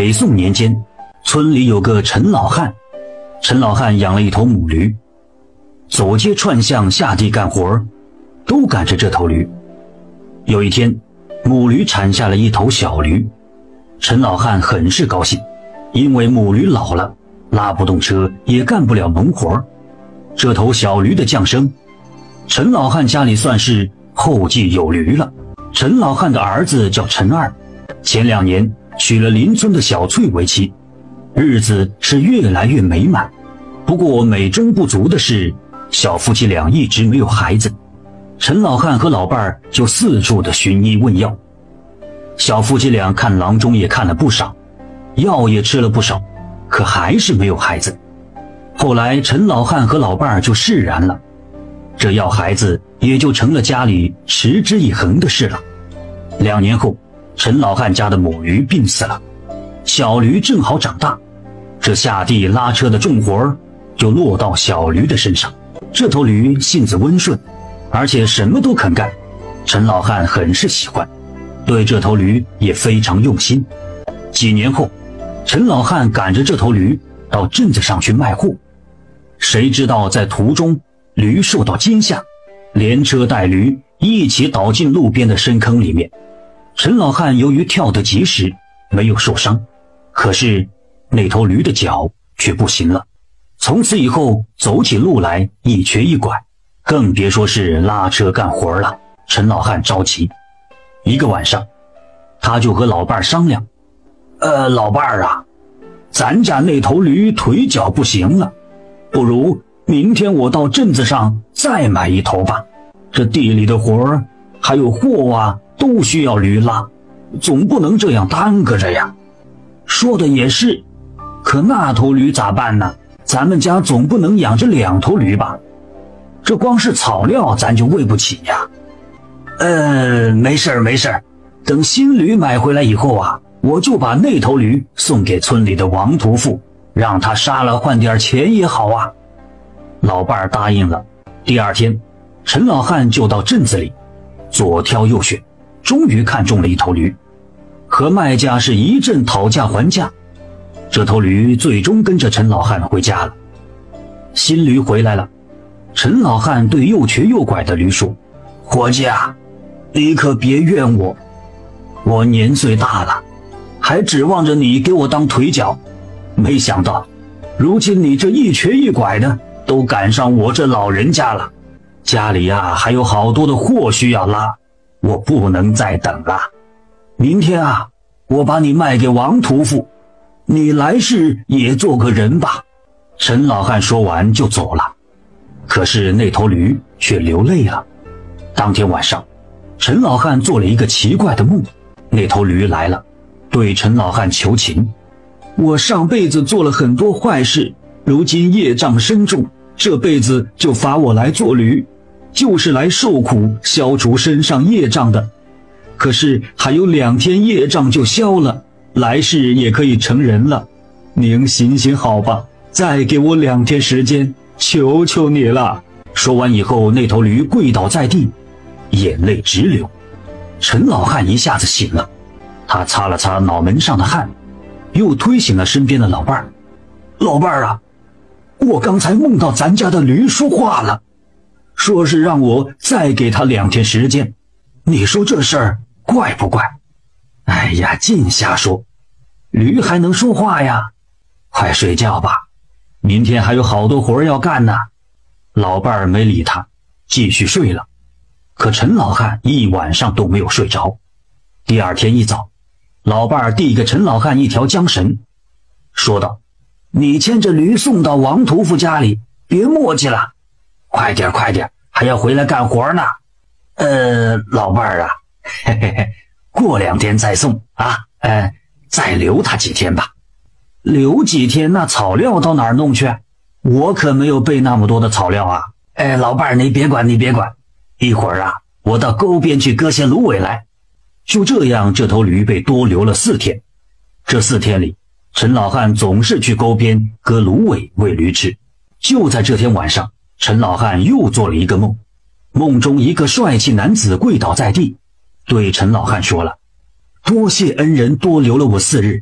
北宋年间，村里有个陈老汉，陈老汉养了一头母驴，走街串巷下地干活，都赶着这头驴。有一天，母驴产下了一头小驴，陈老汉很是高兴，因为母驴老了，拉不动车，也干不了农活。这头小驴的降生，陈老汉家里算是后继有驴了。陈老汉的儿子叫陈二，前2年娶了邻村的小翠为妻，日子是越来越美满。不过美中不足的是，小夫妻俩一直没有孩子。陈老汉和老伴儿就四处的寻医问药，小夫妻俩看郎中也看了不少，药也吃了不少，可还是没有孩子。后来陈老汉和老伴儿就释然了，这要孩子也就成了家里持之以恒的事了。2年后，陈老汉家的母驴病死了，小驴正好长大，这下地拉车的重活就落到小驴的身上。这头驴性子温顺，而且什么都肯干，陈老汉很是喜欢，对这头驴也非常用心。几年后，陈老汉赶着这头驴到镇子上去卖货，谁知道在途中驴受到惊吓，连车带驴一起倒进路边的深坑里面。陈老汉由于跳得及时，没有受伤，可是那头驴的脚却不行了，从此以后走起路来一瘸一拐，更别说是拉车干活了。陈老汉着急，一个晚上他就和老伴儿商量，老伴儿啊，咱家那头驴腿脚不行了，不如明天我到镇子上再买一头吧，这地里的活儿还有货啊都需要驴拉，总不能这样耽搁着呀。说的也是，可那头驴咋办呢？咱们家总不能养着2头驴吧，这光是草料咱就喂不起呀。没事儿，等新驴买回来以后啊，我就把那头驴送给村里的王屠夫，让他杀了换点钱也好啊。老伴儿答应了。第2天，陈老汉就到镇子里左挑右选，终于看中了一头驴，和卖家是一阵讨价还价，这头驴最终跟着陈老汉回家了。新驴回来了，陈老汉对又瘸又拐的驴说，伙计啊，你可别怨我，我年岁大了，还指望着你给我当腿脚，没想到如今你这一瘸一拐的都赶上我这老人家了，家里啊还有好多的货需要拉，我不能再等了。明天啊，我把你卖给王屠夫，你来世也做个人吧。陈老汉说完就走了，可是那头驴却流泪了。当天晚上，陈老汉做了一个奇怪的梦，那头驴来了，对陈老汉求情，我上辈子做了很多坏事，如今业障深重，这辈子就罚我来做驴，就是来受苦消除身上业障的。可是还有2天业障就消了，来世也可以成人了，您行行好吧，再给我2天时间，求求你了。说完以后，那头驴跪倒在地，眼泪直流。陈老汉一下子醒了，他擦了擦脑门上的汗，又推醒了身边的老伴儿。老伴儿啊，我刚才梦到咱家的驴说话了，说是让我再给他2天时间，你说这事儿怪不怪？哎呀，净瞎说，驴还能说话呀？快睡觉吧，明天还有好多活要干呢。老伴儿没理他，继续睡了。可陈老汉一晚上都没有睡着。第2天一早，老伴儿递给陈老汉一条缰绳，说道，你牵着驴送到王屠夫家里，别磨叽了，快点，还要回来干活呢。老伴儿啊，嘿嘿嘿，过2天再送啊，再留他几天吧。留几天，那草料到哪儿弄去？我可没有备那么多的草料啊。老伴儿你别管，一会儿啊，我到沟边去割些芦苇来。就这样，这头驴被多留了4天。这4天里，陈老汉总是去沟边割芦苇喂驴吃。就在这天晚上，陈老汉又做了一个梦，梦中一个帅气男子跪倒在地，对陈老汉说了，多谢恩人多留了我4日，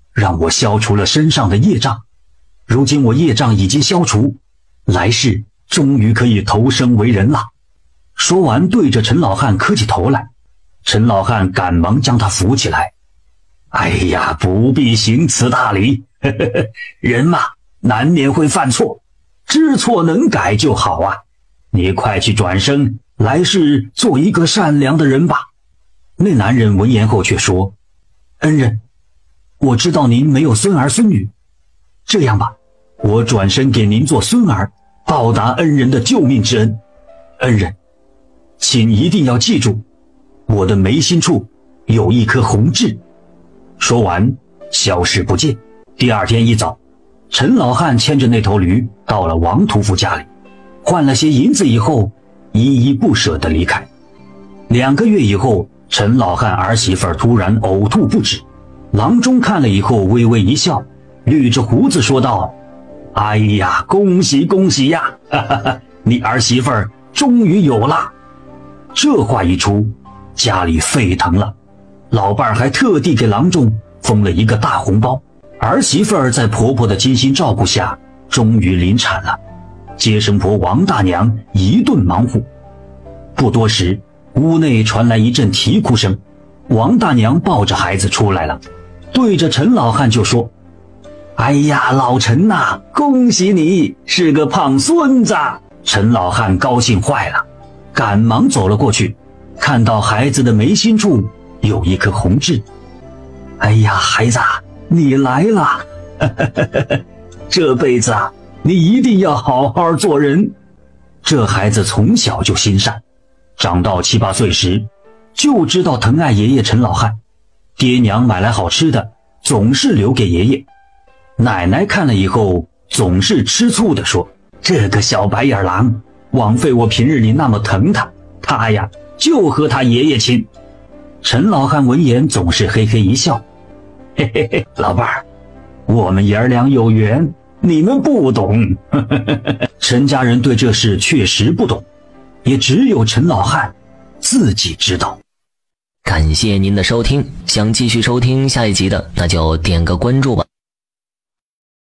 让我消除了身上的业障。如今我业障已经消除，来世终于可以投生为人了。说完，对着陈老汉磕起头来。陈老汉赶忙将他扶起来。哎呀，不必行此大礼，人嘛，难免会犯错，知错能改就好啊。你快去转生，来世做一个善良的人吧。那男人闻言后却说：恩人，我知道您没有孙儿孙女，这样吧，我转身给您做孙儿，报答恩人的救命之恩。恩人，请一定要记住，我的眉心处有一颗红痣。说完消失不见。第二天一早，陈老汉牵着那头驴到了王屠夫家里，换了些银子以后，依依不舍地离开。2个月以后，陈老汉儿媳妇突然呕吐不止，郎中看了以后微微一笑，捋着胡子说道：哎呀，恭喜恭喜呀，哈哈哈，你儿媳妇终于有了。这话一出，家里沸腾了，老伴儿还特地给郎中封了一个大红包。儿媳妇在婆婆的精心照顾下，终于临产了。接生婆王大娘一顿忙活。不多时，屋内传来一阵啼哭声，王大娘抱着孩子出来了，对着陈老汉就说：哎呀，老陈呐，恭喜你是个胖孙子。陈老汉高兴坏了，赶忙走了过去，看到孩子的眉心处有一颗红痣。哎呀，孩子，你来了，这辈子啊，你一定要好好做人。这孩子从小就心善，长到7、8岁时，就知道疼爱爷爷陈老汉，爹娘买来好吃的，总是留给爷爷。奶奶看了以后，总是吃醋地说：这个小白眼狼，枉费我平日里那么疼他，他呀，就和他爷爷亲。陈老汉闻言总是嘿嘿一笑：嘿嘿嘿，老伴儿，我们爷儿俩有缘，你们不懂。陈家人对这事确实不懂，也只有陈老汉自己知道。 感谢您的收听，想继续收听下一集的，那就点个关注吧。